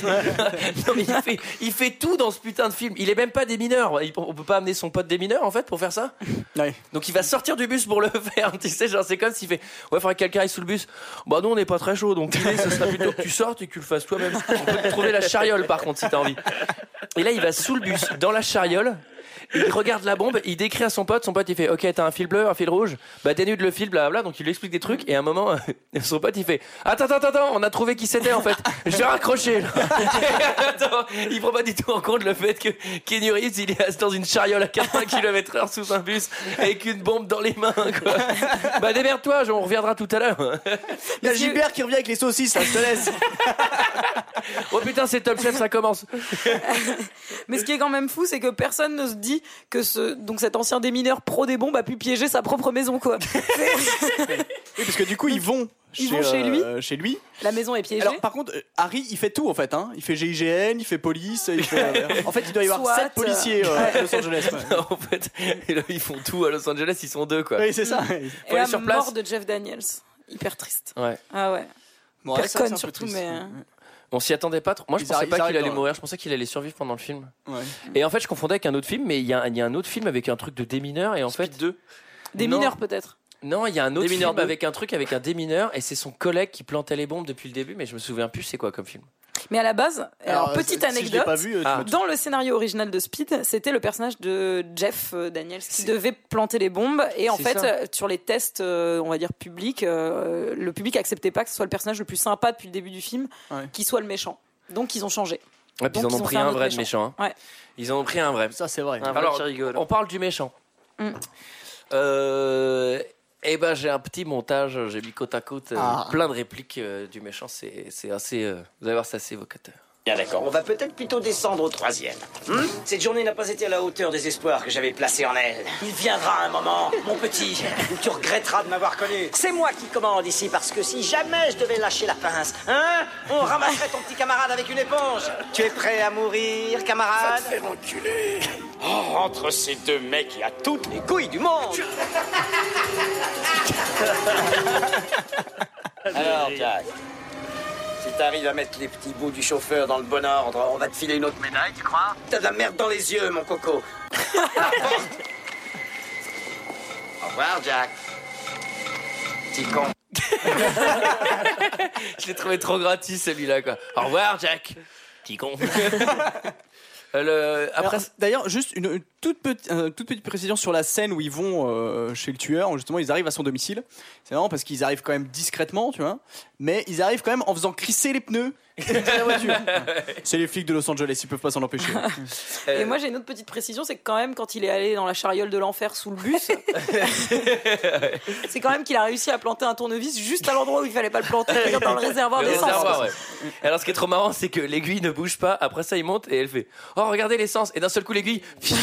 Non mais il fait tout dans ce putain de film. Il est même pas des mineurs. On peut pas amener son pote des mineurs en fait pour faire ça. Ouais. Donc il va sortir du bus pour le faire. Tu sais, genre c'est comme s'il fait faudrait que quelqu'un aille sous le bus. Bah nous on n'est pas très chaud donc l'idée ce serait plutôt que tu sortes et que tu le fasses toi-même. On peut te trouver la chariole par contre si t'as envie. Et là il va sous le bus dans la chariole. il regarde la bombe, il décrit à son pote il fait ok, t'as un fil bleu, un fil rouge, bah dénude le fil, blablabla, donc il lui explique des trucs, et à un moment, son pote il fait attends, on a trouvé qui c'était en fait, je vais raccrocher là. Attends, il prend pas du tout en compte le fait que Keanu Reeves il est dans une chariole à 80 km/h sous un bus avec une bombe dans les mains, quoi. Bah démerde-toi, on reviendra tout à l'heure. Il y a Gilbert qui revient avec les saucisses, là, je te laisse. Oh putain, c'est Top Chef, ça commence. Mais ce qui est quand même fou, c'est que personne ne se dit que cet ancien démineur pro des bombes a pu piéger sa propre maison, quoi. Oui, parce que du coup, ils vont chez lui. La maison est piégée. Alors, par contre, Harry, il fait tout en fait. Hein. Il fait GIGN, il fait police. Il fait, en fait, il doit y avoir 7 policiers à Los Angeles. Ouais. En fait, là, ils font tout à Los Angeles, ils sont 2, quoi. Oui, c'est ça. Et la mort de Jeff Daniels, hyper triste. Ouais. Ah ouais. Bon, Perconne surtout, mais. On s'y attendait pas trop. Moi, je pensais pas qu'il allait mourir. Je pensais qu'il allait survivre pendant le film. Ouais. Et en fait, je confondais avec un autre film, mais il y a un autre film avec un truc de démineur et en fait. Des mineurs peut-être. Non, il y a un autre film avec un truc avec un démineur et c'est son collègue qui plantait les bombes depuis le début, mais je me souviens plus c'est quoi comme film. Mais à la base, alors petite anecdote, pas vu, dans le scénario original de Speed, c'était le personnage de Jeff Daniels qui devait planter les bombes et en fait sur les tests, on va dire publics, le public acceptait pas que ce soit le personnage le plus sympa depuis le début du film, qui soit le méchant. Donc ils ont changé. Ouais, puis ils en ont pris un vrai de méchant. Hein. Ouais. Ils en ont pris un vrai. Ça c'est vrai. Alors, on parle du méchant. Eh ben j'ai un petit montage, j'ai mis côte à côte plein de répliques du méchant, c'est assez, vous allez voir, c'est assez évocateur. Bien d'accord, on va peut-être plutôt descendre au 3e. Cette journée n'a pas été à la hauteur des espoirs que j'avais placés en elle. Il viendra un moment, mon petit, où tu regretteras de m'avoir connu. C'est moi qui commande ici, parce que si jamais je devais lâcher la pince, on ramasserait ton petit camarade avec une éponge. Tu es prêt à mourir, camarade? Va te faire enculer. Oh, entre ces deux mecs, il y a toutes les couilles du monde. Alors, Jack, si t'arrives à mettre les petits bouts du chauffeur dans le bon ordre, on va te filer une autre médaille, tu crois? T'as de la merde dans les yeux, mon coco. Au revoir, Jack. Petit con. Je l'ai trouvé trop gratis celui-là, quoi. Au revoir, Jack. Petit con. Après, d'ailleurs, juste une toute petite précision sur la scène où ils vont chez le tueur. Justement, ils arrivent à son domicile. C'est marrant parce qu'ils arrivent quand même discrètement, tu vois. Mais ils arrivent quand même en faisant crisser les pneus de la voiture. C'est les flics de Los Angeles, ils peuvent pas s'en empêcher. Et moi, j'ai une autre petite précision, c'est que quand même, quand il est allé dans la chariole de l'enfer sous le bus, c'est quand même qu'il a réussi à planter un tournevis juste à l'endroit où il fallait pas le planter, dans le réservoir d'essence. Ouais. Alors, ce qui est trop marrant, c'est que l'aiguille ne bouge pas. Après ça, il monte et elle fait oh, regardez l'essence. Et d'un seul coup, l'aiguille.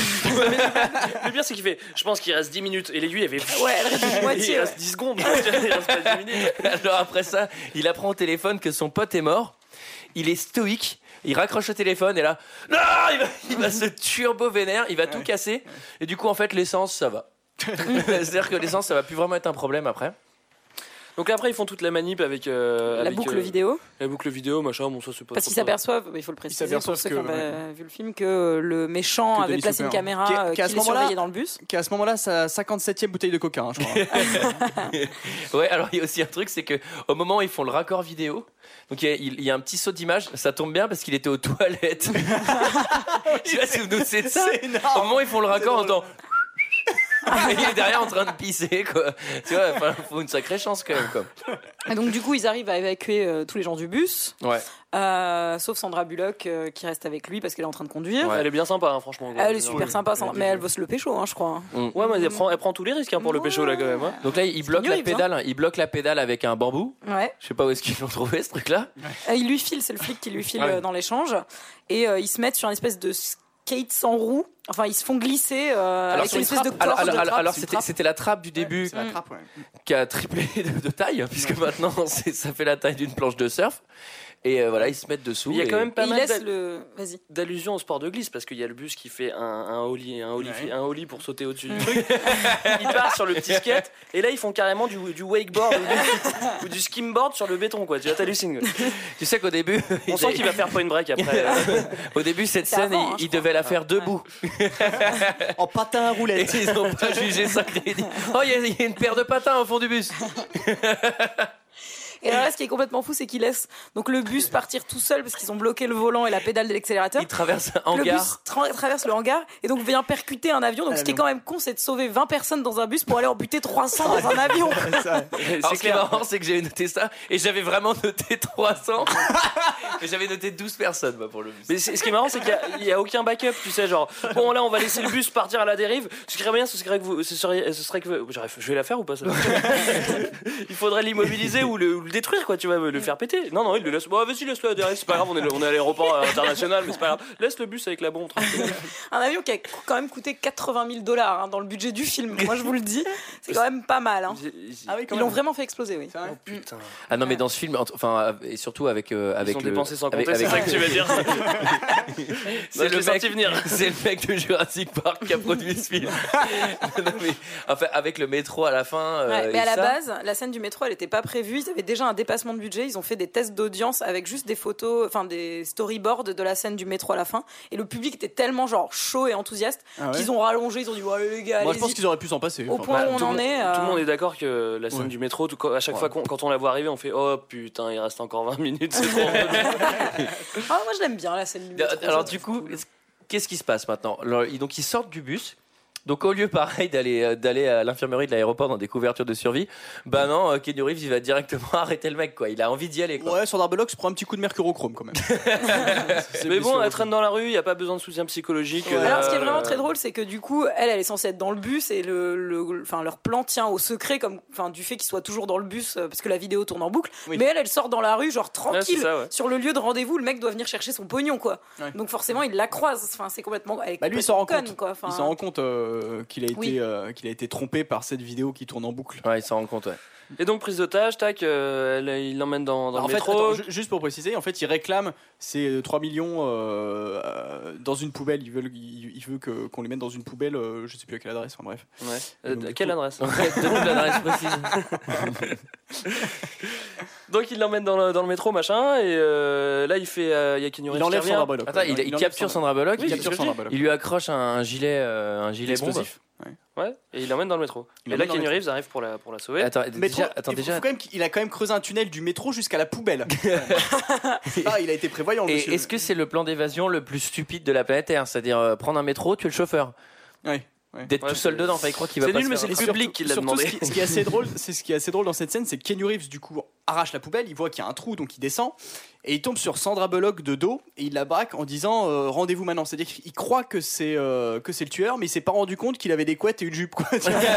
Le pire, c'est qu'il fait je pense qu'il reste 10 minutes. Et l'aiguille, elle fait ouais, elle reste une moitié. Il reste 10 secondes. Il reste pas 10 minutes. Alors, après ça, il apprend au téléphone que son pote est mort. Il est stoïque. Il raccroche le téléphone et là, non, il va se turbo vénère, il va tout casser. Et du coup, en fait, l'essence, ça va. C'est-à-dire que l'essence, ça va plus vraiment être un problème après. Donc après, ils font toute la manip avec la boucle vidéo. La boucle vidéo, machin, bon, ça c'est pas. Parce qu'ils s'aperçoivent, il faut le préciser pour ceux qui ont vu le film, que le méchant avait placé une caméra qui les surveillait dans le bus. Qui à ce moment-là, sa 57e bouteille de coca, je crois. Ouais, alors il y a aussi un truc, c'est que au moment où ils font le raccord vidéo, donc il y a un petit saut d'image, ça tombe bien parce qu'il était aux toilettes. Je sais pas si vous notez ça. Au moment où ils font le raccord, on entend. Il est derrière en train de pisser, quoi. Tu vois, enfin, faut une sacrée chance quand même, quoi. Et donc du coup, ils arrivent à évacuer tous les gens du bus. Ouais. Sauf Sandra Bullock qui reste avec lui parce qu'elle est en train de conduire. Ouais, elle est bien sympa, hein, franchement. Elle est super sympa, mais elle veut se le pécho, hein, je crois. Ouais, mais elle prend tous les risques pour le pécho là quand même. Hein. Donc là, il bloque la pédale. Il bloque la pédale avec un bambou. Ouais. Je sais pas où est-ce qu'ils l'ont trouvé ce truc-là. Il lui file, c'est le flic qui lui file dans l'échange, et ils se mettent sur une espèce de skate sans roue. Enfin, ils se font glisser avec une espèce de corde de trappe. Alors c'était la trappe du début qui a triplé de taille, puisque maintenant ça fait la taille d'une planche de surf. Et voilà, ils se mettent dessous. Il y a quand même pas mal Vas-y. d'allusions au sport de glisse, parce qu'il y a le bus qui fait un ollie pour sauter au-dessus du truc. Il part sur le petit skate, et là ils font carrément du wakeboard ou du skimboard sur le béton, quoi. Tu vois, t'hallucines. Tu sais qu'au début, on sent qu'il va faire point break après. Au début, cette scène, il devait la faire debout. En patin à roulette. Et ils n'ont pas jugé ça crédible. Oh, il y a une paire de patins au fond du bus. Et alors là, ce qui est complètement fou, c'est qu'ils laissent donc le bus partir tout seul parce qu'ils ont bloqué le volant et la pédale de l'accélérateur. Il traverse un hangar. Le bus traverse le hangar et donc vient percuter un avion. Donc ce qui est quand même con, c'est de sauver 20 personnes dans un bus pour aller en buter 300 dans un avion. Alors, ce qui est marrant, c'est que j'avais noté ça et j'avais vraiment noté 300. Et j'avais noté 12 personnes moi, pour le bus. Mais ce qui est marrant, c'est qu'il n'y a aucun backup, tu sais, genre, bon là on va laisser le bus partir à la dérive. Ce qui serait bien, ce serait que je vais la faire ou pas ça? Il faudrait l'immobiliser ou le détruire, quoi, tu vas le faire péter. Non, il le laisse. Bon, vas-y, laisse-le à la dérive, c'est pas grave, on est à l'aéroport international, mais c'est pas grave. Laisse le bus avec la bombe. Un avion qui a quand même coûté $80 000 dans le budget du film. Moi, je vous le dis, c'est quand même pas mal. Hein. Ils l'ont vraiment fait exploser, oui. Oh putain. Ah non, mais dans ce film, enfin, et surtout avec Ils ont le. dépensé sans compter, c'est ça que tu vas dire. C'est le mec de Jurassic Park qui a produit ce film. Non, mais, enfin, avec le métro à la fin. Mais à la base, la scène du métro, elle n'était pas prévue. Ils avaient déjà un dépassement de budget. Ils ont fait des tests d'audience avec juste des photos, enfin des storyboards de la scène du métro à la fin. Et le public était tellement genre chaud et enthousiaste qu'ils ont rallongé. Ils ont dit allez les gars. Moi, je pense qu'ils auraient pu s'en passer. Au point où on en est. Tout le monde est d'accord que la scène du métro, à chaque fois quand on la voit arriver, on fait oh putain, il reste encore 20 minutes. C'est trop. Moi, je l'aime bien la scène du métro. Alors du coup, qu'est-ce qui se passe maintenant? Donc ils sortent du bus. Donc au lieu pareil d'aller à l'infirmerie de l'aéroport dans des couvertures de survie, bah non, Keanu Reeves il va directement arrêter le mec quoi. Il a envie d'y aller quoi. Ouais, Sandra Bullock se prend un petit coup de mercurochrome quand même. Mais bon, elle traîne dans la rue, il y a pas besoin de soutien psychologique. Alors ce qui est vraiment très drôle, c'est que du coup, elle est censée être dans le bus et leur plan tient au secret du fait qu'il soit toujours dans le bus parce que la vidéo tourne en boucle. Oui. Mais elle sort dans la rue genre tranquille sur le lieu de rendez-vous. Le mec doit venir chercher son pognon quoi. Ouais. Donc forcément, il la croise. Enfin, c'est complètement. Lui, il s'en rend compte. Quoi. Enfin, il s'en rend compte. Qu'il a été trompé par cette vidéo qui tourne en boucle. Ouais, il s'en rend compte, ouais. Et donc, prise d'otage, tac, il l'emmène dans le métro. En fait, juste pour préciser, en fait, il réclame ces 3 millions dans une poubelle. Il veut qu'on les mette dans une poubelle, je sais plus à quelle adresse, enfin bref. Ouais. Quelle adresse? Donne-nous l'adresse précise. Donc, il l'emmène dans le métro, machin, et là, il y a Keanu Reeves. Il enlève Sandra Bullock. Attends, il capture Sandra Bullock, il lui accroche un gilet explosif. Ouais, et il l'emmène dans le métro. Et là, Keanu Reeves arrive pour la sauver. Attends, il a quand même creusé un tunnel du métro jusqu'à la poubelle. Il a été prévoyant. Et est-ce que c'est le plan d'évasion le plus stupide de la planète Terre? C'est-à-dire prendre un métro, tuer le chauffeur. Ouais. D'être tout seul dedans, il croit qu'il va pas. C'est nul, mais c'est le public qui l'a demandé. Ce qui est assez drôle dans cette scène, c'est que Keanu Reeves du coup arrache la poubelle, il voit qu'il y a un trou, donc il descend et il tombe sur Sandra Bullock de dos et il la braque en disant rendez-vous maintenant. C'est-à-dire qu'il croit que c'est le tueur, mais il s'est pas rendu compte qu'il avait des couettes et une jupe. Quoi.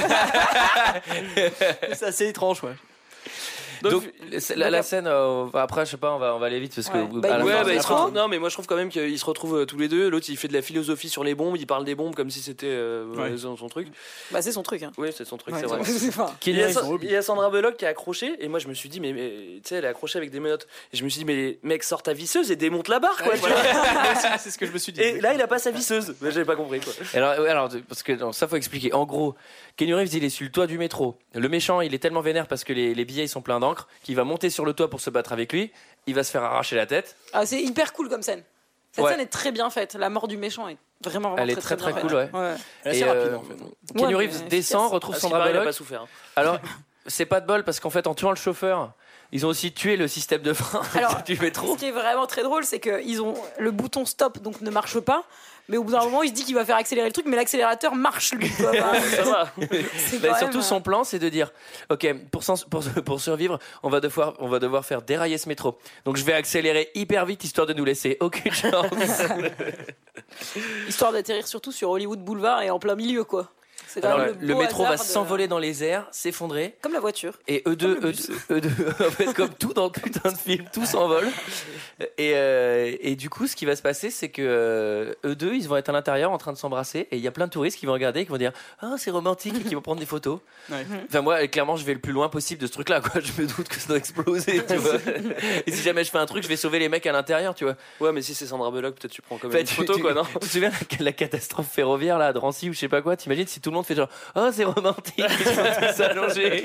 C'est assez étrange, ouais. Donc la scène après je sais pas on va aller vite parce que non mais moi je trouve quand même qu'ils se retrouvent tous les deux. L'autre il fait de la philosophie sur les bombes, il parle des bombes comme si c'était son truc. Bah c'est son truc hein. Oui, c'est son truc, c'est vrai. Il y a Sandra Bullock qui est accrochée et moi je me suis dit mais tu sais elle est accrochée avec des menottes et je me suis dit mais mec sors ta visseuse et démonte la barre quoi. C'est ce que je me suis dit. Et là il a pas sa visseuse. Mais j'avais pas compris quoi. Alors parce que ça faut expliquer. En gros, Keanu Reeves il est sur le toit du métro. Le méchant il est tellement vénère parce que les billets ils sont pleins d'encre qu'il va monter sur le toit pour se battre avec lui. Il va se faire arracher la tête. Ah, c'est hyper cool comme scène. Cette scène est très bien faite. La mort du méchant est vraiment elle est très cool, ouais. Elle est assez rapide en fait. Keanu Reeves descend, retrouve Sandra Bullock. Il a pas souffert. Alors, c'est pas de bol parce qu'en fait, en tuant le chauffeur, ils ont aussi tué le système de frein du métro. Ce qui est vraiment très drôle, c'est que le bouton stop donc ne marche pas. Mais au bout d'un moment, il se dit qu'il va faire accélérer le truc, mais l'accélérateur marche lui. Ça va. Surtout son plan, c'est de dire, ok, pour survivre, on va devoir faire dérailler ce métro. Donc je vais accélérer hyper vite histoire de nous laisser aucune chance. Histoire d'atterrir surtout sur Hollywood Boulevard et en plein milieu quoi. Alors, le métro va s'envoler dans les airs, s'effondrer. Comme la voiture. Et eux deux en fait, comme tout dans le putain de film, tout s'envole. Et du coup, ce qui va se passer, c'est que eux deux, ils vont être à l'intérieur en train de s'embrasser. Et il y a plein de touristes qui vont regarder et qui vont dire ah, c'est romantique, et qui vont prendre des photos. Ouais. Enfin, moi, clairement, je vais le plus loin possible de ce truc-là, quoi. Je me doute que ça doit exploser, tu vois. Et si jamais je fais un truc, je vais sauver les mecs à l'intérieur, tu vois. Ouais, mais si c'est Sandra Bullock, peut-être tu prends quand même une photo, quoi, non? Tu te souviens de la catastrophe ferroviaire, là, à Drancy ou je sais pas quoi? T'imagines si tout le monde fait genre oh c'est romantique, ils sont tous allongés.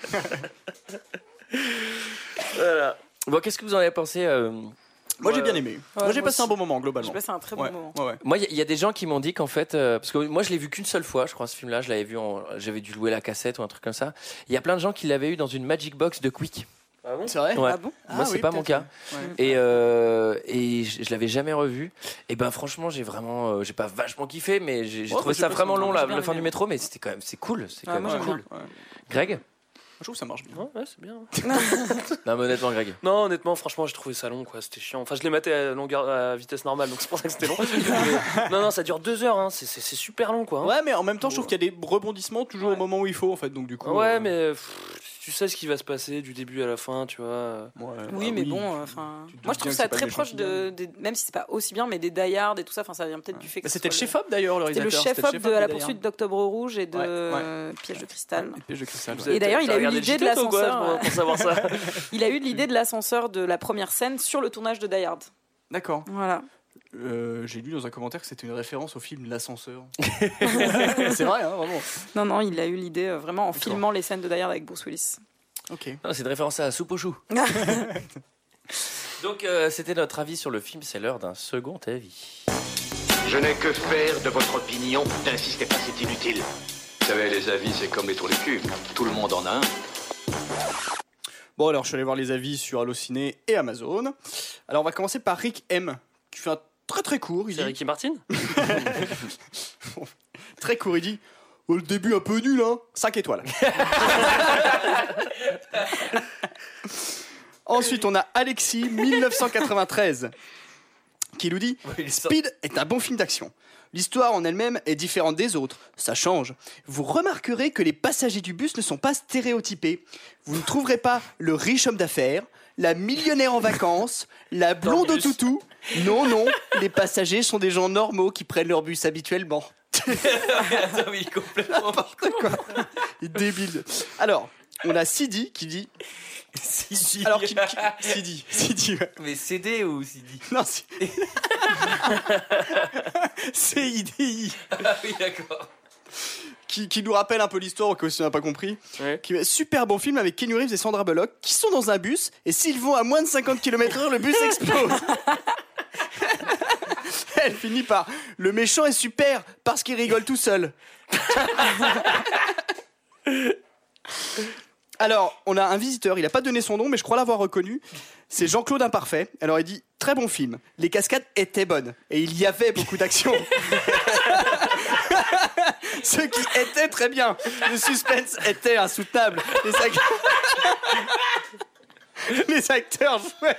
Voilà. Bon, qu'est-ce que vous en avez pensé Moi j'ai bien aimé. Moi j'ai passé un bon moment globalement. J'ai passé un très bon moment. Moi il y a des gens qui m'ont dit qu'en fait parce que moi je l'ai vu qu'une seule fois, je crois ce film-là, j'avais dû louer la cassette ou un truc comme ça. Il y a plein de gens qui l'avaient eu dans une Magic Box de Quick. Ah bon ? C'est vrai ? Ouais. Ah bon ? Moi, c'est pas mon cas. Ouais. Et je l'avais jamais revu. Et ben, franchement, j'ai vraiment, j'ai pas vachement kiffé, mais j'ai trouvé ça vraiment long, la fin du métro, mais c'était quand même, c'est cool. C'est quand même cool. Ouais. Greg ? Je trouve que ça marche bien. Ouais, c'est bien. Non, mais honnêtement, Greg. Non, honnêtement, franchement, j'ai trouvé ça long, quoi. C'était chiant. Enfin, je l'ai maté à vitesse normale, donc c'est pour ça que c'était long. Mais, non, ça dure 2 heures, hein. C'est super long, quoi. Hein. Ouais, mais en même temps, je trouve qu'il y a des rebondissements toujours au moment où il faut, en fait. Donc, du coup. Ouais, mais tu sais ce qui va se passer du début à la fin, tu vois. Oui, mais bon, enfin. Moi, je trouve ça très proche même si c'est pas aussi bien, mais des Die Hard et tout ça. Enfin, ça vient peut-être du fait que. C'était le chef-op d'ailleurs, le réalisateur. C'était le chef-op de À la poursuite d'Octobre Rouge et de Piège de cristal. Et d'ailleurs, il a eu l'idée de l'ascenseur. Pour savoir ça. Il a eu l'idée de l'ascenseur de la première scène sur le tournage de Die Hard. D'accord. Voilà. J'ai lu dans un commentaire que c'était une référence au film L'ascenseur. C'est vrai, hein, vraiment. Non, il a eu l'idée vraiment en filmant les scènes de Die Hard avec Bruce Willis. Ok. Non, c'est une référence à la soupe aux choux. Donc, c'était notre avis sur le film. C'est l'heure d'un second avis. Je n'ai que faire de votre opinion. N'insistez pas, c'est inutile. Vous savez, les avis, c'est comme les trous du cul. Tout le monde en a un. Bon, alors, je suis allé voir les avis sur Allociné et Amazon. Alors, on va commencer par Rick M, qui fait un très très court. C'est Ricky Martin. Très court, il dit oh, le début un peu nul, hein. 5 étoiles. Ensuite, on a Alexis, 1993, qui nous dit Speed est un bon film d'action. L'histoire en elle-même est différente des autres. Ça change. Vous remarquerez que les passagers du bus ne sont pas stéréotypés. Vous ne trouverez pas le riche homme d'affaires, la millionnaire en vacances, la blonde au toutou. Non, les passagers sont des gens normaux qui prennent leur bus habituellement. Attends, oui, complètement. N'importe quoi. Il est débile. Alors, on a Sidi qui dit... Sidi. Alors, Sidi, ouais. Mais CD ou Sidi? Non, CIDI. Ah oui, d'accord. Qui nous rappelle un peu l'histoire au cas où on n'a pas compris. Ouais. Qui est super bon film avec Keanu Reeves et Sandra Bullock qui sont dans un bus et s'ils vont à moins de 50 km/h, le bus explose. Elle finit par le méchant est super parce qu'il rigole tout seul. Alors, on a un visiteur, il n'a pas donné son nom, mais je crois l'avoir reconnu. C'est Jean-Claude Imparfait. Alors, il dit très bon film. Les cascades étaient bonnes et il y avait beaucoup d'action. Ce qui était très bien. Le suspense était insoutenable. Les acteurs jouaient.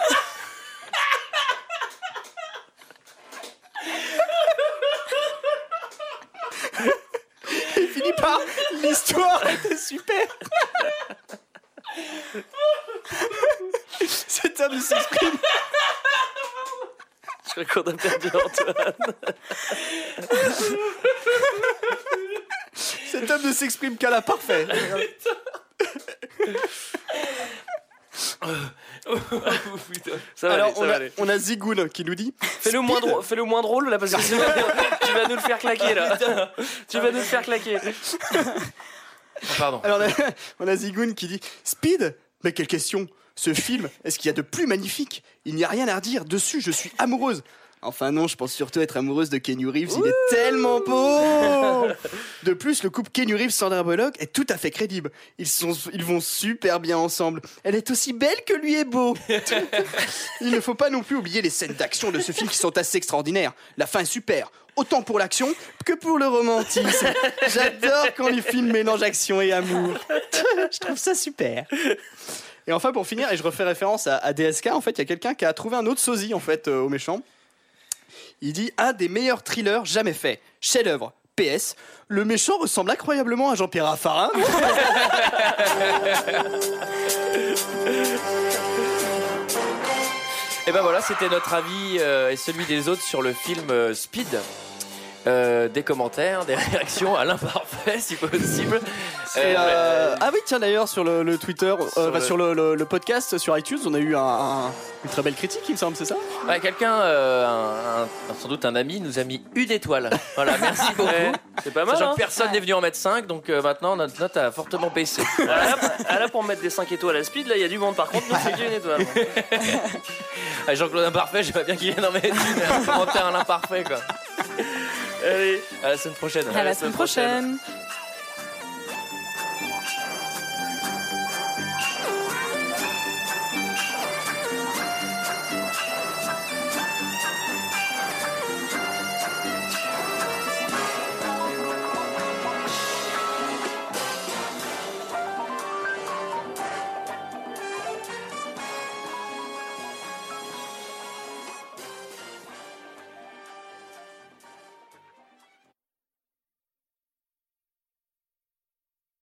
Il finit par l'histoire était super. Cet homme s'exprime. Je crois qu'on a perdu Antoine. Cet homme ne s'exprime qu'à la parfait. Ça va Alors, aller. on a Zigoun qui nous dit fais-le moins drôle là parce que sinon tu vas nous le faire claquer là. Tu vas nous le faire claquer. Pardon. Alors on a Zigoun qui dit Speed. Mais quelle question. Ce film, est-ce qu'il y a de plus magnifique? Il n'y a rien à redire. Dessus, je suis amoureuse. Enfin non, je pense surtout être amoureuse de Keanu Reeves. Il est tellement beau. De plus, le couple Keanu Reeves-Sandra Bullock est tout à fait crédible. Ils vont super bien ensemble. Elle est aussi belle que lui est beau. Il ne faut pas non plus oublier les scènes d'action de ce film qui sont assez extraordinaires. La fin est super. Autant pour l'action que pour le romantisme. J'adore quand les films mélangent action et amour. Je trouve ça super. Et enfin, pour finir, et je refais référence à DSK, en fait, il y a quelqu'un qui a trouvé un autre sosie, en fait, au méchant. Il dit un des meilleurs thrillers jamais faits. Chef-d'œuvre. PS. Le méchant ressemble incroyablement à Jean-Pierre Raffarin. Et ben voilà, c'était notre avis et celui des autres sur le film Speed. Des commentaires, des réactions à l'imparfait si possible. Ah oui, tiens d'ailleurs sur le Twitter, sur le podcast sur iTunes, on a eu une très belle critique, il me semble, c'est ça? Ouais, quelqu'un, sans doute un ami, nous a mis une étoile. Voilà, merci beaucoup. Ouais, c'est pas mal. Sachant que personne n'est venu en mettre 5, donc maintenant notre note a fortement baissé. Là, pour mettre des 5 étoiles à Speed, là il y a du monde. Par contre, nous c'est qu'une étoile. Jean-Claude Imparfait, j'aimerais bien qu'il vienne en mettre un commentaire à l'imparfait quoi. Allez, à la semaine prochaine. À la semaine prochaine.